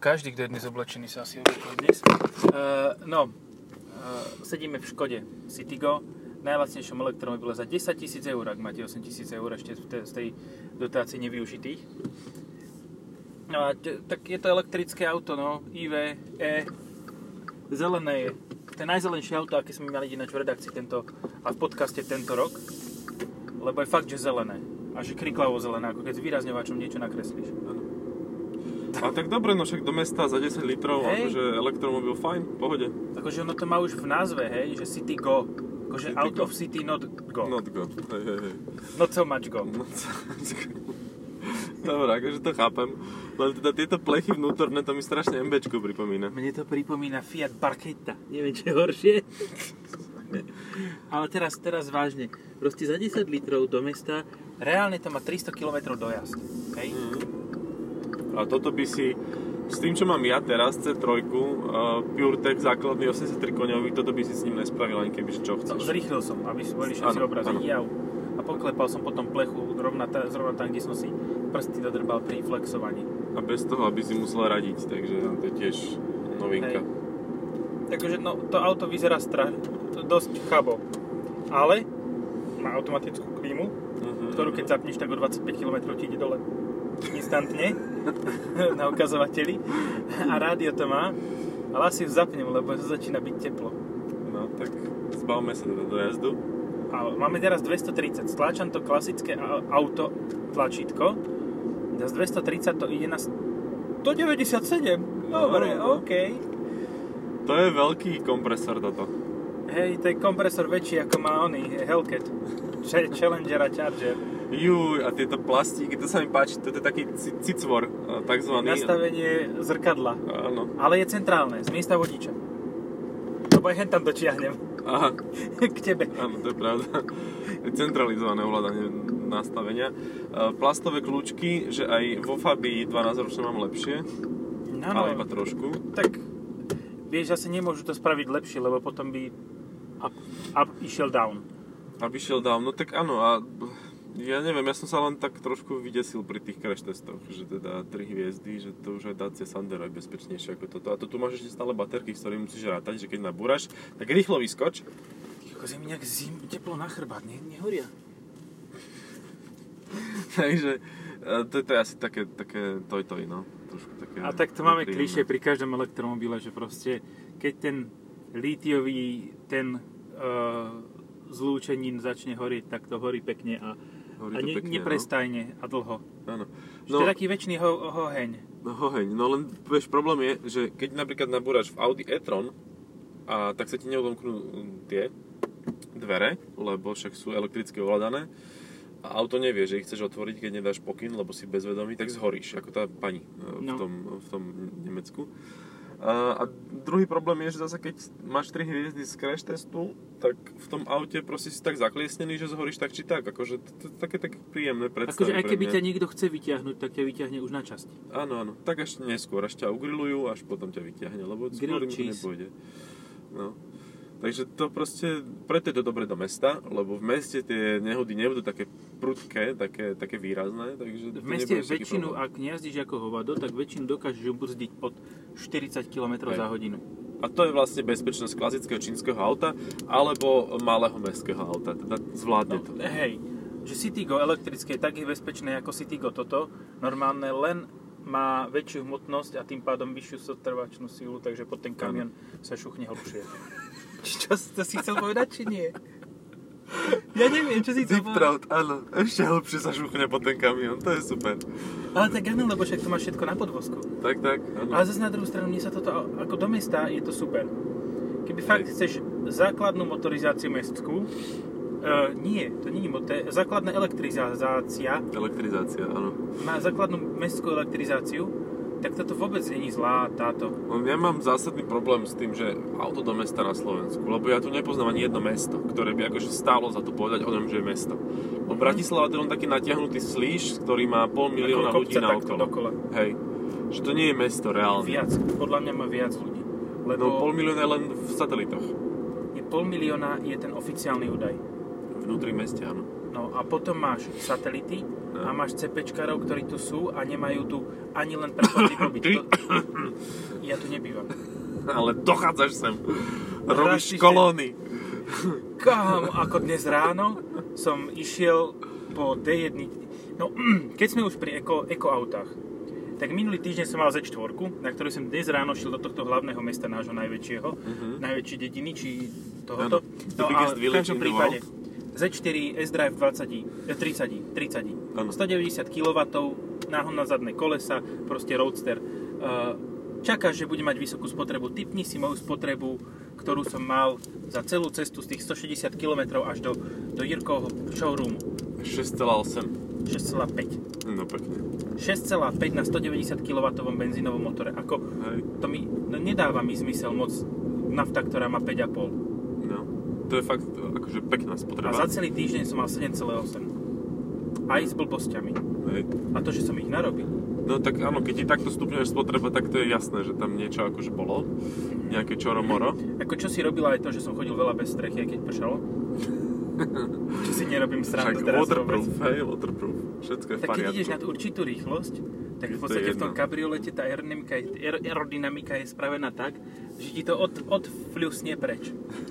každý, kto je dnes oblečený, sa asi oblekol dnes. Sedíme v Škode Citigo, najlacnejšom elektromobile za 10 000 eur, ak máte 8 000 eur ešte z tej dotácie nevyužitých. No a tak je to elektrické auto, no, IV, E, zelené je. To je najzelenšie auto, aké sme mali ináč v redakcii a v podcaste tento rok, lebo je fakt, že zelené. A že kriklavo zelené, ako keď s výrazňovačom niečo nakreslíš. A tak dobre, no však do mesta za 10 litrov, akože elektromobil, fajn, v pohode. Akože ono to má už v názve, hej, že City Go. Akože out of city, not go. Not go, hej. Not so much go. Dobre, akože to chápem. Len teda tieto plechy vnútorné, to mi strašne MBčko pripomína. Mne to pripomína Fiat Barchetta. Neviem, čo je horšie. Ale teraz vážne. Proste za 10 litrov do mesta, reálne to má 300 km dojazd. Hej? A toto by si, s tým čo mám ja teraz, C3, PureTech základný 83 koňový, toto by si s ním nespravil ani keby, čo chceš. No, zrýchlil som, aby si boli všetci obraziť. A poklepal som potom plechu zrovna tam, kde som si prsty dodrbal pri flexovaní. A bez toho, aby si musel radiť, takže to je tiež novinka. Hej. Takže no, to auto vyzerá dosť chabo. Ale má automatickú klímu, ktorú keď zapneš, tak o 25 km ti ide dole instantne na ukazovateli. A rádio to má, ale asi ju zapnem, lebo začína byť teplo. No tak zbavme sa do jazdu. A máme teraz 230. Stláčam to klasické auto tlačítko. Z 230 to ide na 197. Dobre, OK. To je veľký kompresor toto. Hej, to je kompresor väčší ako má Hellcat. Challenger a Charger. Juj, a tieto plastíky, to sa mi páči, to je taký cicvor, takzvaný. Nastavenie zrkadla. Áno. Ale je centrálne, z miesta vodiča. Lebo aj hen tam dočiahnem. Aha. K tebe. Áno, to je pravda. Je centralizované ovládanie nastavenia. Plastové kľúčky, že aj vo Fabii 12-ročné mám lepšie. No, ale iba trošku. Tak, vieš, asi nemôžu to spraviť lepšie, lebo potom by up išiel down. Up išiel down, no tak áno, a ja neviem, ja som sa len tak trošku vydesil pri tých crash testoch, že teda 3 hviezdy, že to už aj Dacia Sandero je bezpečnejšie ako toto. A to tu máš ešte stále baterky, s ktorými musíš rátať, že keď nabúraš, tak rýchlo vyskoč. Je mi nejak teplo na chrbát, nehoria. Takže to je asi také toj, no. Trošku také. A tak to máme klišé pri každom elektromobile, že proste keď ten lítiový, zlúčenín začne horieť, tak to horí pekne a neprestajne a dlho. Áno. To je taký väčší hoheň. Hoheň, no len vieš, problém je, že keď napríklad nabúraš v Audi e-tron, tak sa ti neodomknú tie dvere, lebo však sú elektricky ovládané a auto nevie, že ich chceš otvoriť, keď nedáš pokyn, lebo si bezvedomý, tak zhoríš, ako tá pani v tom Nemecku. A druhý problém je, že zase keď máš 3 hviezdy z crash testu, tak v tom aute proste si tak zakliesnený, že zhoríš tak či tak. Akože to je také príjemné predstavy. Akože aj keby ťa niekto chce vyťahnuť, tak ťa vyťahne už na časť. Áno. Tak až neskôr, až ťa ugrillujú, až potom ťa vyťahne, lebo skôr im to nepôjde. No. Takže to proste, preto je to dobre do mesta, lebo v meste tie nehody nebudú také prudké, také výrazné, takže v meste väčšinu, ak nejazdíš ako hovado, tak väčšinu dokážeš ubrzdiť pod 40 km za hodinu. A to je vlastne bezpečnosť klasického čínskeho auta alebo malého mestského auta, teda zvládne to. Hej, že Citigo elektrické je tak bezpečné ako Citigo toto, normálne len má väčšiu hmotnosť a tým pádom vyššiu sotrvačnú silu, takže pod ten kamion sa šuchne hlbšie. Čo to si chcel povedať, či nie? Ja neviem, čo si chcel povedať. Áno, ešte hlbšie sa šuchne pod ten kamión, to je super. Ale tak áno, lebo však to máš všetko na podvozku. Tak, áno. Ale zase na druhú stranu, mne sa toto, ako do mesta, je to super. Keby fakt chceš základnú motorizáciu mestskú, nie, to nie je základná elektrizácia. Elektrizácia, áno. Má základnú mestskú elektrizáciu, tak toto vôbec nie je zlá táto. No, ja mám zásadný problém s tým, že auto do mesta na Slovensku, lebo ja tu nepoznám ani jedno mesto, ktoré by akože stálo za to povedať o ňom, že je mesto. No Bratislava to je len taký natiahnutý slíš, ktorý má 500 000 ľudí na okolo. Hej, že to nie je mesto reálne. Viac, podľa mňa má viac ľudí. Lebo no 500 000 je len v satelitoch. 500 000 je ten oficiálny údaj. Vnútri meste, áno. No a potom máš satelity a máš CPčkarov, ktorí tu sú a nemajú tu ani len prechodný pobyt. Ja tu nebývam. Ale dochádzaš sem. Robíš kolóny. Kámo, ako dnes ráno som išiel po D1. No, keď sme už pri ekoautách, tak minulý týždeň som mal Z4, na ktorú som dnes ráno šiel do tohto hlavného mesta nášho najväčšieho, najväčšej dediny, či tohoto. No a v každom prípade Z4 S-Drive 30, 190 kW, náhon na zadné kolesa, proste roadster. Čakáš, že bude mať vysokú spotrebu, tipni si moju spotrebu, ktorú som mal za celú cestu z tých 160 km až do Jirkovho showroomu. 6,8. 6,5. No pekne. 6,5 na 190 kW benzínovom motore. Ako, to mi nedáva mi zmysel moc nafta, ktorá má 5,5. No, to je fakt akože pekná spotreba. A za celý týždeň som mal 7,8. Aj s blbosťami. Hej. A to, že som ich narobil. No tak áno, keď ti takto stupňuješ spotreba, tak to je jasné, že tam niečo akože bolo. Nejaké čoro-moro. Ako čo si robila aj to, že som chodil veľa bez strechy, aj keď pršalo? Čo si nerobím srandu teraz waterproof, hej, waterproof. Všetko je v tak poriadku. keď ideš na tú určitú rýchlosť, tak v podstate v tom kabriolete tá aerodynamika je spravená tak, že ti to odfľusne preč.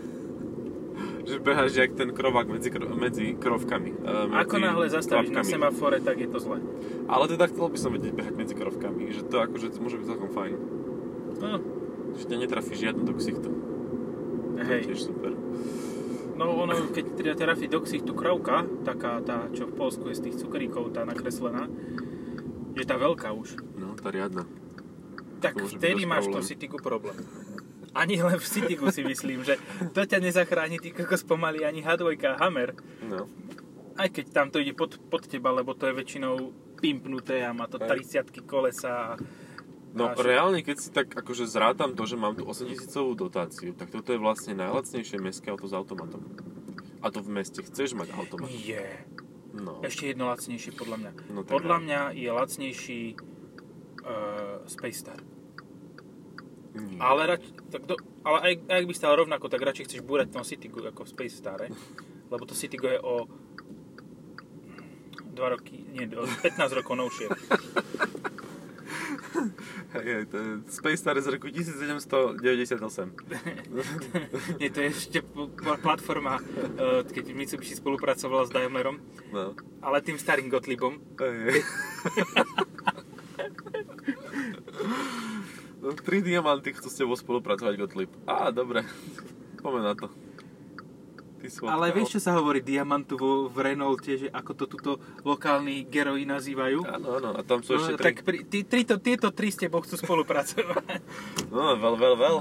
Že beháš jak ten krovák medzi krovkami. Ako náhle zastavíš na semafore, tak je to zle. Ale teda chcel by som vedieť behať medzi krovkami, že to akože môže byť celkom fajn. No. Že ťa netrafí žiadnu do ksichtu. Hej. To je tiež super. No ono, keď teda trafí do ksichtu krovka, taká tá, čo v Poľsku je z tých cukríkov, tá nakreslená, je tá veľká už. No, tá riadna. Tak vtedy máš v tom Citygu problém. Ani len v Citygu si myslím, že to ťa nezachráni ty kokos pomaly ani H2 a Hammer. No. Aj keď tam to ide pod teba, lebo to je väčšinou pimpnuté a má to 30 kolesa. No reálne, keď si tak akože zrátam to, že mám tu 8000-ovú dotáciu, tak toto je vlastne najlacnejšie mestské auto s automatom. A to v meste chceš mať automat. Je. No. Ešte jedno lacnejšie podľa mňa. No, podľa mňa je lacnejší Space Star. Nie. Ale aj ak by stál rovnako, tak radšej chceš búrať v tom Citygu ako v Space Star, lebo to Citygo je o 2 roky, nie, o 15 rokov novšie. Hej, to je Space Star z roku 1798. Nie, to je ešte platforma, keď Mitsubishi spolupracovala s Daimlerom, no. Ale tým starým Gottliebom. Hej. No, 3 diamanty chcú s tebou spolupracovať, Gottlieb. Á, dobre. Poďme na to. Ale vieš, čo sa hovorí diamantu v Renaulte, že ako to tuto lokálni geroji nazývajú? Áno, áno. A tam sú ešte tak tieto tri s tebou chcú spolupracovať. No, veľ.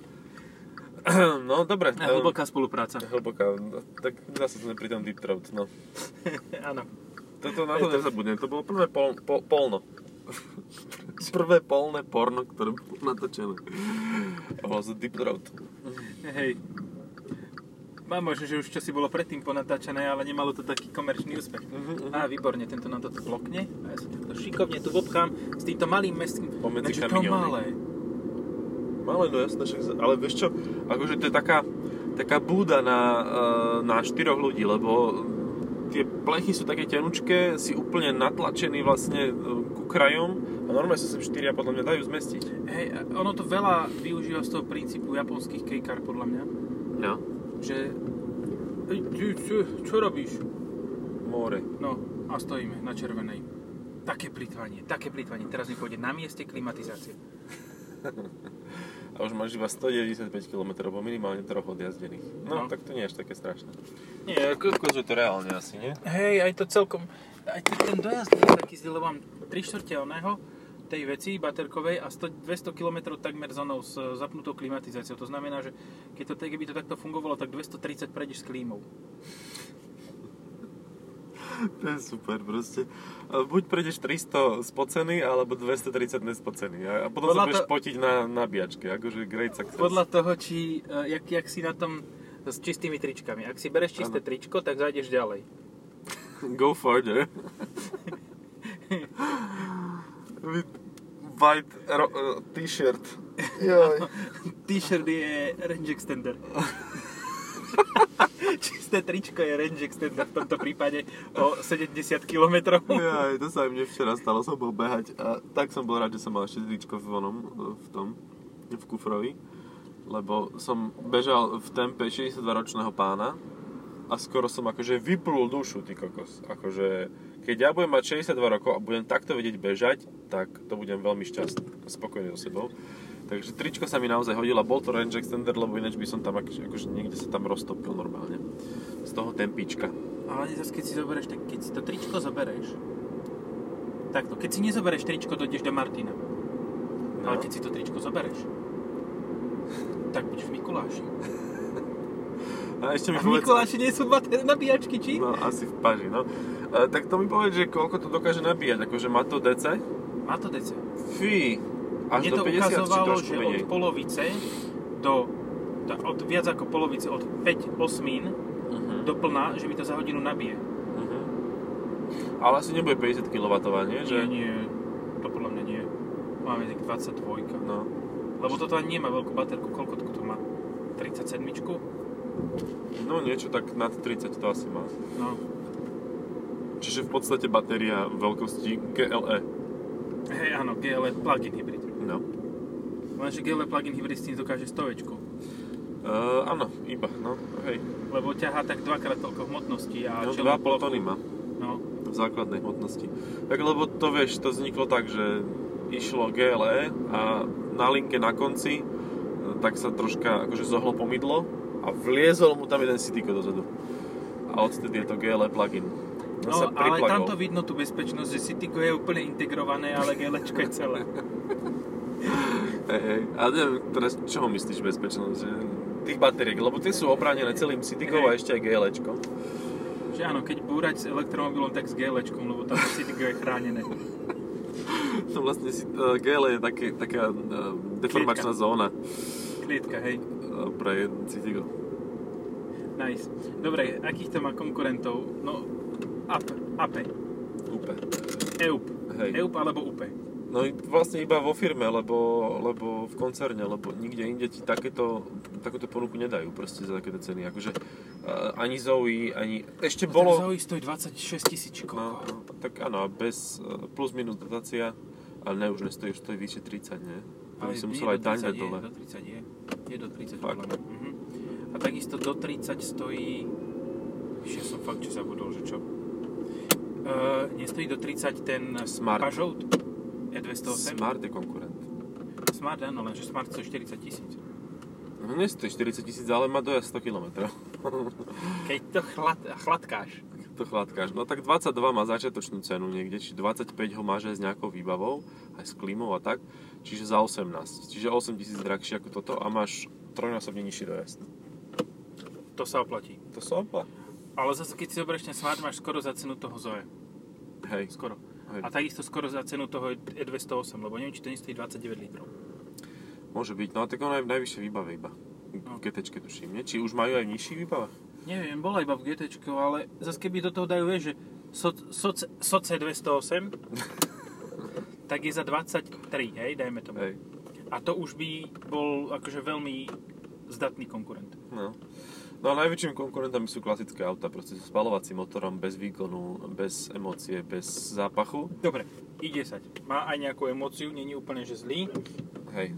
No, dobre. Hlboká spolupráca. Hlboká. Tak zase sme pri tom Deep Throat, no. Áno. Toto na to nezabudnem. To bolo prvé polno. Prvé polné porno, ktoré bolo natočené. Bolo z Deep Throat. Hej. Mám možno, že už čo si bolo predtým ponatáčané, ale nemalo to taký komerčný úspech. Á, výborne, tento nám toto blokne. A ja sa takto šikovne tu obchám s týmto malým mestským. Pomedzi to kamióny. malé. Malé, no jasné, ale vieš čo, akože to je taká búda na 4 ľudí, lebo tie plechy sú také tenučké, si úplne natlačený vlastne ku krajom a normálne sa sem 4 podľa mňa dajú zmestiť. Hej, ono to veľa využíva z toho princípu japonských kejkar podľa mňa. No. Že... Čo robíš? More. No, a stojíme na červenej. Také plýtvanie. Teraz mi pôjde na mieste klimatizácie. A už máš iba 195 km, po minimálne 3 odjazdených. No, tak to nie je až také strašné. Nie, ako je to reálne asi, nie? Hej, aj to celkom... Aj ten dojazd je taký zle, lebo mám 3/4 oného tej veci baterkovej a 200 km takmer zónou s zapnutou klimatizáciou. To znamená, že keby to takto fungovalo, tak 230 prejdeš s klímou. To je super proste. Buď prejdeš 300 spocený, alebo 230 nespocený. A potom sa budeš potiť na nabíjačke. Akože great success. Podľa toho, jak si na tom s čistými tričkami. Ak si bereš čisté tričko, tak zajdeš ďalej. Go further. With white t-shirt. T-shirt je range extender. Čisté tričko je range extender v tomto prípade o 70 km. Ja, to sa aj mne včera stalo, som bol behať a tak som bol rád, že som mal ešte tričko v kufrovi, lebo som bežal v tempe 62-ročného pána a skoro som akože vyplul dušu, ty kokos. Akože, keď ja budem mať 62 rokov a budem takto vedieť bežať, tak to budem veľmi šťastný a spokojný so sebou. Takže tričko sa mi naozaj hodilo, bol to range extender, lebo ináč by som tam akože niekde sa tam roztopil normálne. Z toho tempíčka. Ale zase keď si zoberieš, tak keď si to tričko zobereš, takto, keď si nezoberieš tričko, dojdeš do Martina. No. Ale keď si to tričko zobereš, tak budeš v Mikuláši. A ešte mi v Mikuláši nie sú nabíjačky, či? No, asi v paži, no. Tak to mi povedz, že koľko to dokáže nabíjať, akože má to DC? Má to DC. Fí, až mne do 50 či ukazovalo, trošku že menej. od polovice od viac ako polovice, od 5 osmín do plná, že mi to za hodinu nabije. Ale asi nebude 50 kW, nie? Nie, to podľa mňa nie. Máme tak 22. No. Lebo toto ani nemá veľkú baterku, koľko to má? 37? No niečo tak nad 30 to asi má. No. Čiže v podstate batéria veľkosti GLE. Hej, áno, GLE plug-in hybrid. No. Lenže GLE plug-in hybrid s tým dokáže 100. Áno, iba, no, hej. Lebo ťahá tak dvakrát toľko hmotnosti a No 2,5 tony má. No. V základnej hmotnosti. Tak lebo to vieš, to vzniklo tak, že išlo GLE a na linke na konci tak sa troška akože zohlo pomydlo a vliezol mu tam jeden Cityco dozadu. A odtedy je to GLE plugin. No, ale tamto vidno tú bezpečnosť, že Cityco je úplne integrované, ale GLEčko je celé. Hej, ale neviem, teraz čoho myslíš bezpečnosť? Že tých batériek, lebo tie sú opránené celým Citycom a ešte aj GLEčkom. Že áno, keď búrať s elektromobilom, tak s GLEčkom, lebo tam Cityco je chránené. To vlastne GLE je taká deformačná zóna. Klietka, hej. Pre Cityco. Nice. Dobre, akých to má konkurentov? No, APE. UPE. EUP. Hej. EUP alebo UPE. No vlastne iba vo firme, lebo v koncerne, lebo nikde inde ti takúto ponuku nedajú proste za takéto ceny. Akože ani Zoe, ani... Ešte bolo... Zoe stojí 26 000 no, tak áno, a bez plus minus dotácia, ale ne, už nestojí, už stojí vyššie 30, nie? To by som musel aj daň dať dole. Je do 30 Fakt. A takisto do 30 stojí... Ja som fakt, čo zabudol, že čo? Nestojí do 30 ten Smart. Peugeot E208? Smart je konkurent. Smart, áno, lenže Smart stojí 40 000. No nestojí 40 000, ale má dojazd 100 km. Keď to chladkáš. To chladkáš. No tak 22 má začiatočnú cenu niekde, čiže 25 ho máš aj s nejakou výbavou, aj s klímou a tak, čiže za 18. Čiže 8 000 drahšie ako toto a máš trojnásobne nižší dojazd. To sa oplatí. To sa oplatí. Ale zase keď si zoberieš ten Smart, máš skoro za cenu toho Zoe. Hej. Skoro. Hej. A takisto skoro za cenu toho E208, lebo neviem, či to nestojí 29 litrov. Môže byť, no a tak ono aj v najvyššej výbave iba. V GTčke tuším, nie? Či už majú aj v nižších výbavách? Neviem, bola iba v GTčku, ale zase keby do toho dajú, vieš, že Soce 208, tak je za 23, hej, dajme tomu. Hej. A to už by bol akože veľmi zdatný konkurent. No a najväčšími konkurentami sú klasické auta, proste s spaľovacím motorom, bez výkonu, bez emócie, bez zápachu. Dobre, i10. Má aj nejakú emóciu, není úplne že zlý. Hej.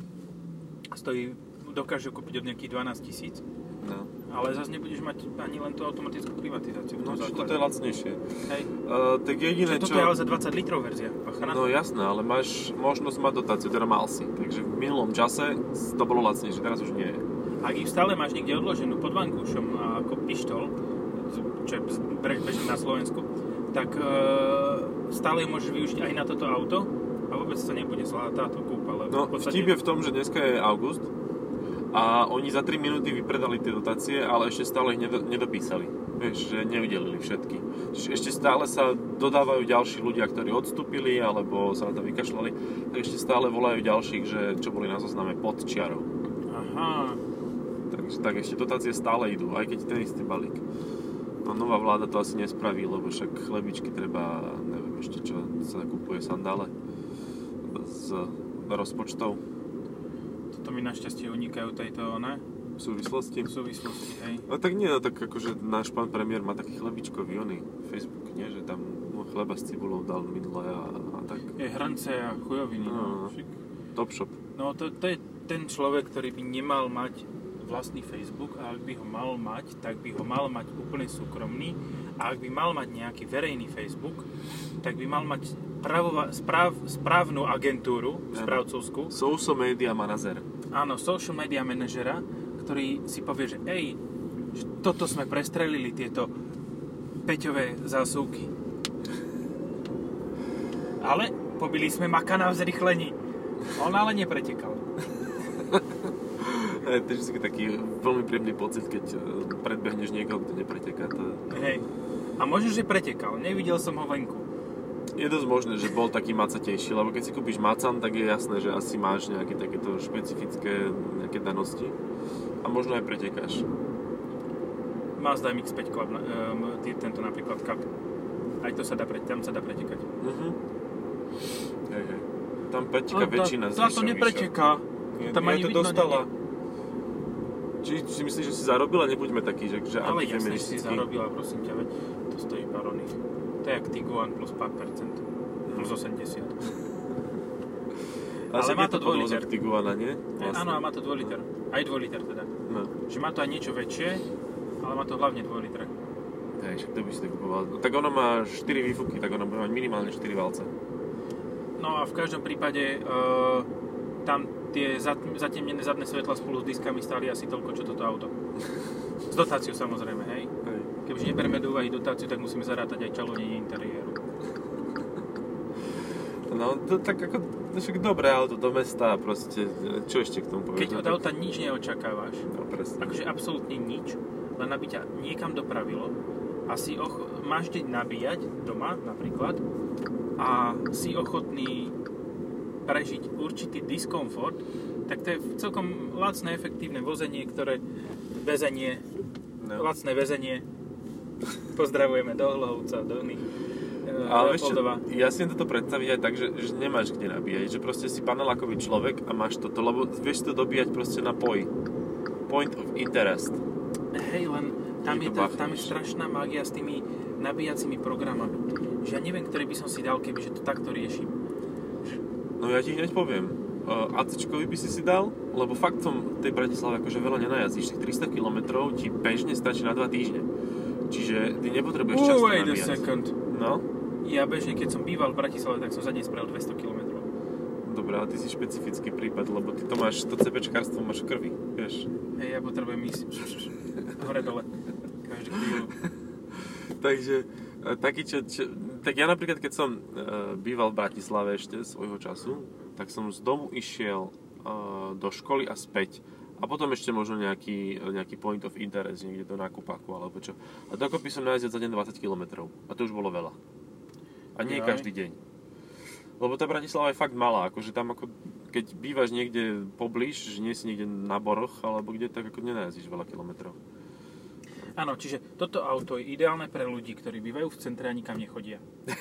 Dokáže kúpiť od nejakých 12 000. No. Ale zase nebudeš mať ani len tú automatickú klimatizáciu. No, či toto je lacnejšie. Hej. Tak jediné, toto je ale za 20 litrov verzia. No jasné, ale máš možnosť mať dotáciu, teda mal si. Takže v minulom čase to bolo lacnejšie, teraz už nie je. Ak ich stále máš niekde odloženú pod vankúšom ako pištol, čo je bežné na Slovensku, tak stále ju môžeš využiť aj na toto auto a vôbec to nebude zlá táto kúpa. No vtip je v tom, že dneska je august a oni za 3 minúty vypredali tie dotácie, ale ešte stále ich nedopísali. Vieš, že neudelili všetky. Čiže ešte stále sa dodávajú ďalší ľudia, ktorí odstúpili alebo sa na to vykašľali, tak ešte stále volajú ďalších, že čo boli na zozname pod čiarou. Aha. Takže tak ešte dotácie stále idú, aj keď ten istý balík. No nová vláda to asi nespraví, lebo však chlebičky treba, neviem ešte čo sa nakupuje, sandále z rozpočtov. Toto mi našťastie unikajú tejto, ne? V súvislosti? V súvislosti, hej. No tak nie, no tak akože náš pán premiér má taký chlebičkový oný Facebook, nie? Že tam chleba s cibulou dal minule a tak. Je hrnce a chujoviny, no. Top shop. No to je ten človek, ktorý by nemal mať vlastný Facebook a ak by ho mal mať, tak by ho mal mať úplne súkromný a ak by mal mať nejaký verejný Facebook, tak by mal mať správnu agentúru, správcovskú. Social media manažer. Áno, social media manažera, ktorý si povie, že že toto sme prestrelili, tieto Peťové zásuvky. Ale pobili sme makana v zrýchlení. On ale nepretekal. To je vždy taký veľmi príjemný pocit, keď predbehneš niekoho, kto nepreteká. Hej. A možno, že pretekal. Nevidel som ho venku. Je dosť možné, že bol taký macatejší, lebo keď si kúpiš macan, tak je jasné, že asi máš nejaké takéto špecifické nejaké danosti. A možno aj pretekáš. Mazda MX-5 Club, tento napríklad Cup. Aj to tam sa dá pretekať. Hej. Tam preteká väčšina z Tá to nepreteká. Tam ani to vidno dostala. Či si myslíš, že si zarobil a nebuďme takí, že ale jasne, že si zarobila, prosím ťa, veď to stojí pár oných. To je jak Tiguan plus 5%. Plus 80. Ale má to 2 liter. Tiguana, nie? Vlastne. Áno, má to 2 liter. Aj 2 liter teda. No. Že má to aj niečo väčšie, ale má to hlavne 2 litre. Hej, kto by si to kupoval? No, tak ono má 4 výfuky, tak ono bude mať minimálne 4 valce. No a v každom prípade tam tie zatemnené zadné svetla spolu s diskami stáli asi toľko, čo toto auto. S dotáciou samozrejme, hej? Keďže neberieme do úvahy dotáciu, tak musíme zarátať aj čalonenie interiéru. No, to tak ako však dobré auto do mesta a proste, čo ešte k tomu povieš? Keď od auta nič neočakávaš, no, akože absolútne nič, len aby ťa niekam dopravilo a si máš deň nabíjať doma napríklad a si ochotný prežiť určitý diskomfort, tak to je celkom lacné, efektívne lacné väzenie. Pozdravujeme do Hlohovca, do ale vieš čo, ja si toto predstaviť aj tak, že nemáš kde nabíjať, že proste si panelákový človek a máš toto, lebo vieš to dobíjať proste na point of interest. Hej, len tam je strašná mágia s tými nabíjacími programami. Že ja neviem, ktorý by som si dal, kebyže to takto riešim. No ja ti hneď poviem. AC-čkový by si dal, lebo fakt som tej Bratislave akože veľa nenajazdíš. Tých 300 km ti bežne stačí na 2 týždne. Čiže ty nepotrebuješ často nabíjať. Wait a second. No? Ja bežne, keď som býval v Bratislave, tak som za deň spravil 200 km. Dobre, ale ty si špecifický prípad, lebo ty to máš, to CPčkárstvo máš v krvi, vieš. Hej, ja potrebujem ísť hore-dole. Každý chvíľu. Takže, tak ja napríklad, keď som býval v Bratislave ešte svojho času, tak som z domu išiel do školy a späť. A potom ešte možno nejaký point of interest, niekde do nákupáku alebo čo. A dokopy som najazdil za deň 20 km. A to už bolo veľa. A nie každý deň. Lebo tá Bratislava je fakt malá. Akože tam keď bývaš niekde poblíž, že nie si niekde na Boroch alebo kde, tak ako nenajazdíš veľa kilometrov. Áno, čiže toto auto je ideálne pre ľudí, ktorí bývajú v centre a nikam nechodia.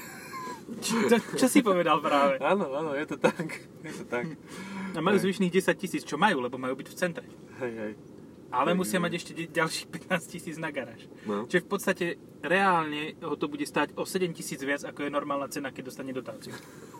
Čo si povedal práve? Áno, je to tak. A majú zvyšných 10 000, čo majú, lebo majú byť v centre. Hej. Ale musia mať ešte ďalších 15 000 na garáž. No. Čiže v podstate reálne ho to bude stáť o 7 000 viac, ako je normálna cena, keď dostane dotáciu.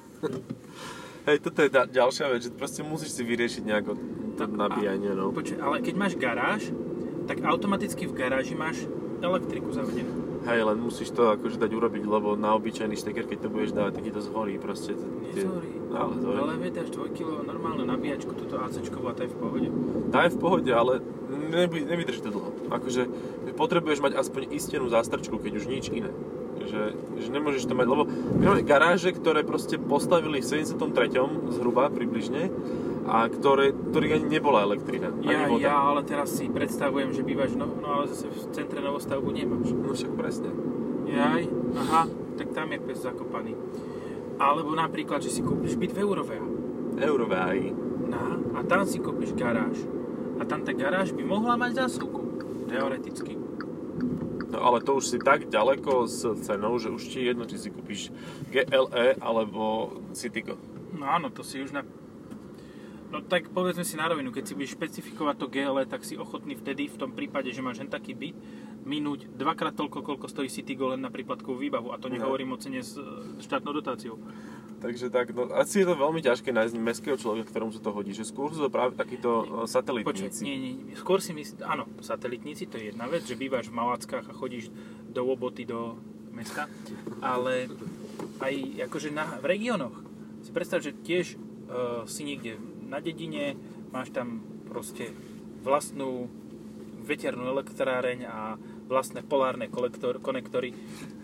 Hej, toto je ďalšia vec, že proste musíš si vyriešiť nejako to nabíjanie, no. Počuj, ale keď máš garáž, tak automaticky v garáži máš elektriku zavedenú. Hej, len musíš to akože dať urobiť, lebo na obyčajný šteker, keď to budeš dávať, tak ti to zhorí proste. Nezhorí. Ale veď až 2 kg normálnu nabíjačku, túto AC-čkovú a tá je v pohode. Tá je v pohode, ale nevydrží to dlho. Akože potrebuješ mať aspoň istenú zástrčku, keď už nič iné. Že nemôžeš to mať, lebo garáže, ktoré proste postavili v 73. zhruba približne, a ktorých ani nebola elektrina, ani voda. Ja ale teraz si predstavujem, že bývaš, no ale zase v centre novostavbu nemáš. No však presne. Aha, tak tam je pes zakopaný. Alebo napríklad, že si kúpiš byt v Eurovea. No, a tam si kúpiš garáž. A tam tá garáž by mohla mať zásuvku. Teoreticky. No ale to už si tak ďaleko s cenou, že už ti je jedno, či si kúpiš GLE alebo Citigo. No áno, to si už No tak povedzme si na rovinu, keď si budeš špecifikovať to GLE, tak si ochotný vtedy, v tom prípade, že máš len taký byt, minúť dvakrát toľko, koľko stojí Citigo len na príplatkovú výbavu. A to nehovorím o cene s štátnou dotáciou. Takže tak, no, asi je to veľmi ťažké nájsť mestského človeka, ktorému sa to hodí, že skôr sú to práve takíto satelitníci. Nie, skôr si myslím, áno, satelitníci, to je jedna vec, že bývaš v Malackách a chodíš do Łoboty, do mesta, ale aj akože v regiónoch. Si predstav, že tiež si niekde na dedine, máš tam proste vlastnú veternú elektráreň a vlastné polárne konektory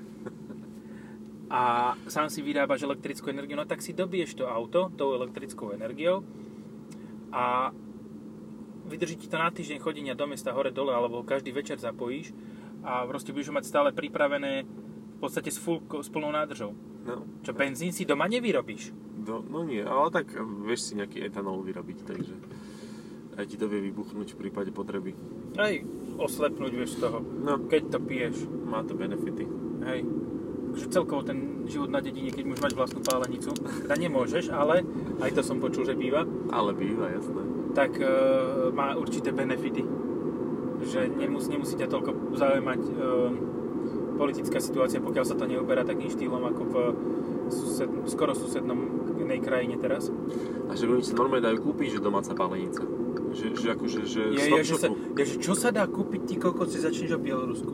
a sám si vyrábaš elektrickú energiu, no tak si dobiješ to auto tou elektrickou energiou a vydrží ti to na týždeň chodenia do mesta hore dole, alebo každý večer zapojíš a proste budeš mať stále pripravené v podstate s plnou nádržou. No. Čo benzín si doma nevyrobíš. No nie, ale tak vieš si nejaký etanol vyrobiť, takže aj ti to vie vybuchnúť v prípade potreby. Aj oslepnúť vieš z toho, no. Keď to piješ. Má to benefity. Hej. Takže celkovo ten život na dedine, keď môžeš mať vlastnú pálenicu, teda nemôžeš, ale aj to som počul, že býva. Ale býva, jasné. Tak má určité benefity. Že nemusí ťa toľko zaujímať politická situácia, pokiaľ sa to neuberá takým štýlom ako v skoro susednom inej krajine teraz. A že oni sa normálne dajú kúpiť, že domáca pálenica. Že akože, že čo sa dá kúpiť, ty kokot, si začneš o Bielorusku.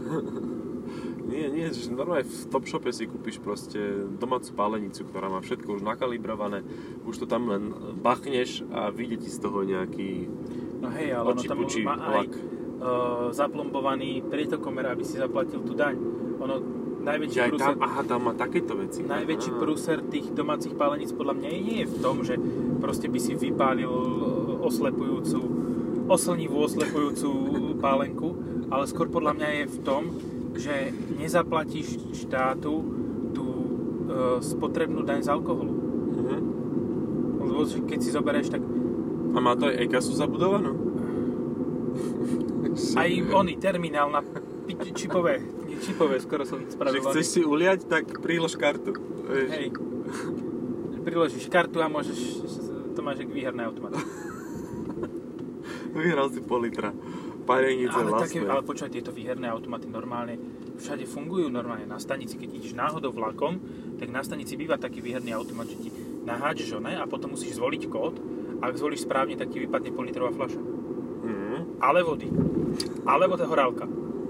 Nie, že normálne v Top Shope si kúpiš proste domácu pálenicu, ktorá má všetko už nakalibrované, už to tam len bachneš a vyjde ti z toho nejaký no hej, ale ono tam má aj zaplombovaný prietokomer, aby si zaplatil tú daň. Ono najväčší prúser... tam má takéto veci. Najväčší prúser tých domácich páleníc podľa mňa nie je v tom, že proste by si vypálil oslnivú oslepujúcu pálenku, ale skôr podľa mňa je v tom, že nezaplatíš štátu tú spotrebnú daň z alkoholu. Lebo keď si zoberieš, tak... A má to aj e-kasu zabudovanú? Aj oný terminál na čipové, skoro som spravil. Že chceš si uliať, tak prilož kartu. Hej. Priložíš kartu a môžeš... To máš jak výherný automat. Vyhral si pol litra. Pálenice vlastné. Ale počúvaj, tieto výherné automaty normálne všade fungujú normálne. Na stanici, keď ideš náhodou vlakom, tak na stanici býva taký výherný automat, že ti nahádžeš a potom musíš zvoliť kód a ak zvolíš správne, tak ti vypadne pol-litrová fľaša. Ale vody. Alebo to horálka.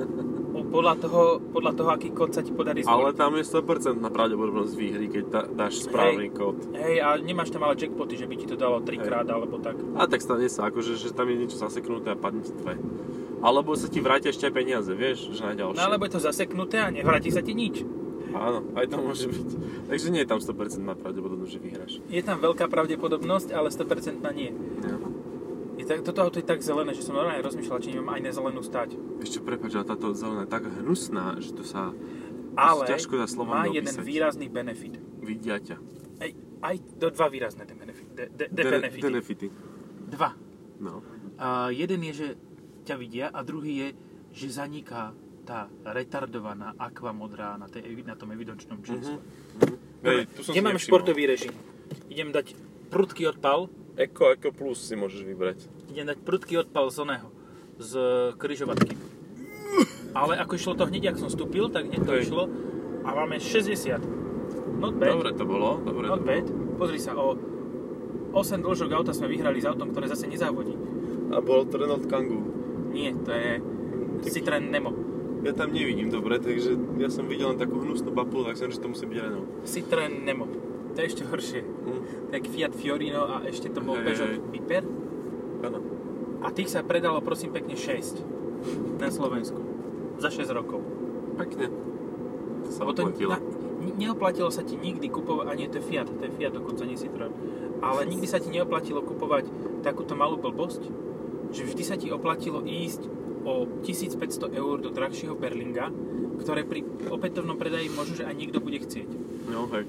Podľa toho, aký kód sa ti podarí zvoliť. Ale tam je 100% pravdepodobnosť výhry, keď dáš správny kód. Hej, a nemáš tam ale jackpoty, že by ti to dalo 3-krát alebo tak. A tak stane sa, akože, že tam je niečo zaseknuté a padne ti tvoje. Alebo sa ti vrátia ešte aj peniaze, vieš, že na ďalšie. No alebo je to zaseknuté a nevráti sa ti nič. Áno, aj to môže byť. Takže nie je tam 100% pravdepodobnosť, že vyhráš. Je tam veľká pravdepodobnosť, ale 100% nie. Ja. Toto auto je tak zelené, že som normálne rozmýšľal, či nemám aj nezelenú stať. Ešte prepáč, ale táto zelená je tak hnusná, že to sa ťažko za slovom má opísať. jeden výrazný benefit. Vidia ťa. Aj dva výrazné benefity. Dva. No. Jeden je, že ťa vidia a druhý je, že zaniká tá retardovaná akvamodrá na tom evidenčnom čísle. Nemám športový režim. Idem dať prudký odpal. Eko plus si môžeš vybrať. Idem dať prudký odpal z križovatky. Ale ako išlo to hneď, ak som vstúpil, tak hneď to išlo. A máme 60. Not bad. Dobre to bolo. Not bad. Pozri sa, o 8 dĺžok auta sme vyhrali s autom, ktoré zase nezávodí. A bol to Renault Kangoo. Nie, to je Citroën Nemo. Ja tam nevidím dobre, takže ja som videl len takú hnusnú babulu, tak som, že to musí byť Renault. Citroën Nemo. To je ešte horšie. Tak Fiat Fiorino a ešte to bol Peugeot Viper. Áno. A tých sa predalo prosím pekne 6 na Slovensku. Za 6 rokov. Pekne. To sa oplatilo. Neoplatilo sa ti nikdy kupovať, a nie, to je Fiat dokonca, nie Citroën. Ale nikdy sa ti neoplatilo kupovať takúto malú blbosť, že vždy sa ti oplatilo ísť o 1500 eur do drahšieho Berlinga, ktoré pri opätovnom predaji možno, že aj niekto bude chcieť. No, hej.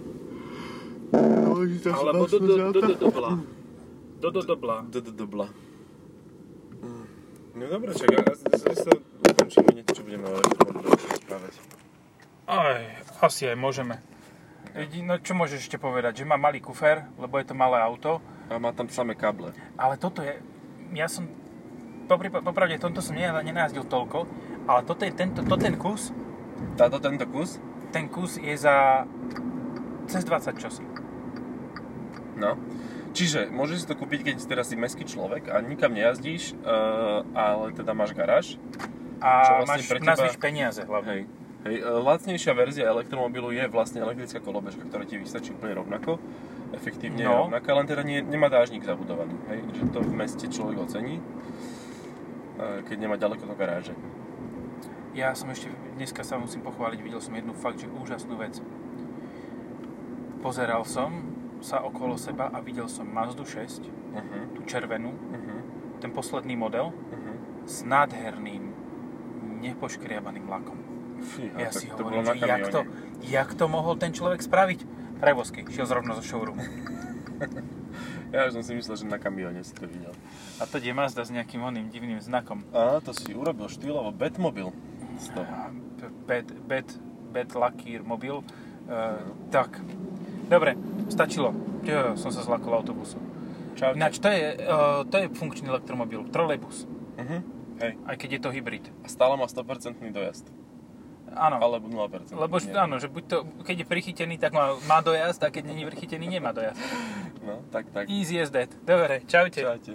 Alebo do dobla. No dobré, čakaj, zase sa ukončíme niečo, čo budeme o elektromobilite rozprávať. Asi aj môžeme. No čo môžeš ešte povedať, že má malý kufer, lebo je to malé auto A má tam samé káble. Ale toto je... Ja som... Popravde, tomto som nenajazdil toľko, ale ten kus... Tento kus? Ten kus je za... cez 20 čosi. No. Čiže môžeš si to kúpiť, keď teraz si mestský človek a nikam nejazdíš, ale teda máš garáž. A vlastne máš pre teba... nazvíš peniaze hlavne. Hej, lacnejšia verzia elektromobilu je vlastne elektrická kolobežka, ktorá ti vystačí úplne rovnako. Efektívne rovnaká, len teda nemá dážnik zabudovaný. Hej, že to v meste človek ocení, keď nemá ďaleko do garáže. Ja som ešte, dneska sa musím pochváliť, videl som jednu fakt, že úžasnú vec. Pozeral som sa okolo seba a videl som Mazdu 6, tú červenú, ten posledný model, s nádherným, nepoškriabaným lakom. Fíha, ja si to hovorím, že jak to mohol ten človek spraviť? Prevozky, šiel zrovna zo showroomu. Ja už som si myslel, že na kamióne si to videl. A to je Mazda s nejakým oným divným znakom. Á, to si urobil štýlovo Batmobil. Bad Lakír mobil. Tak. Dobre, stačilo. Som sa zlakol autobusu. Čaute. Ináč, to je funkčný elektromobil. Trolejbus. Hej. Aj keď je to hybrid. A stále má 100% dojazd. Áno. Alebo 0%. Lebo áno, že buď to, keď je prichytený, tak má dojazd, a keď nie je prichytený, nemá dojazd. No, tak. Easy as that. Dobre, čaute. Čaute.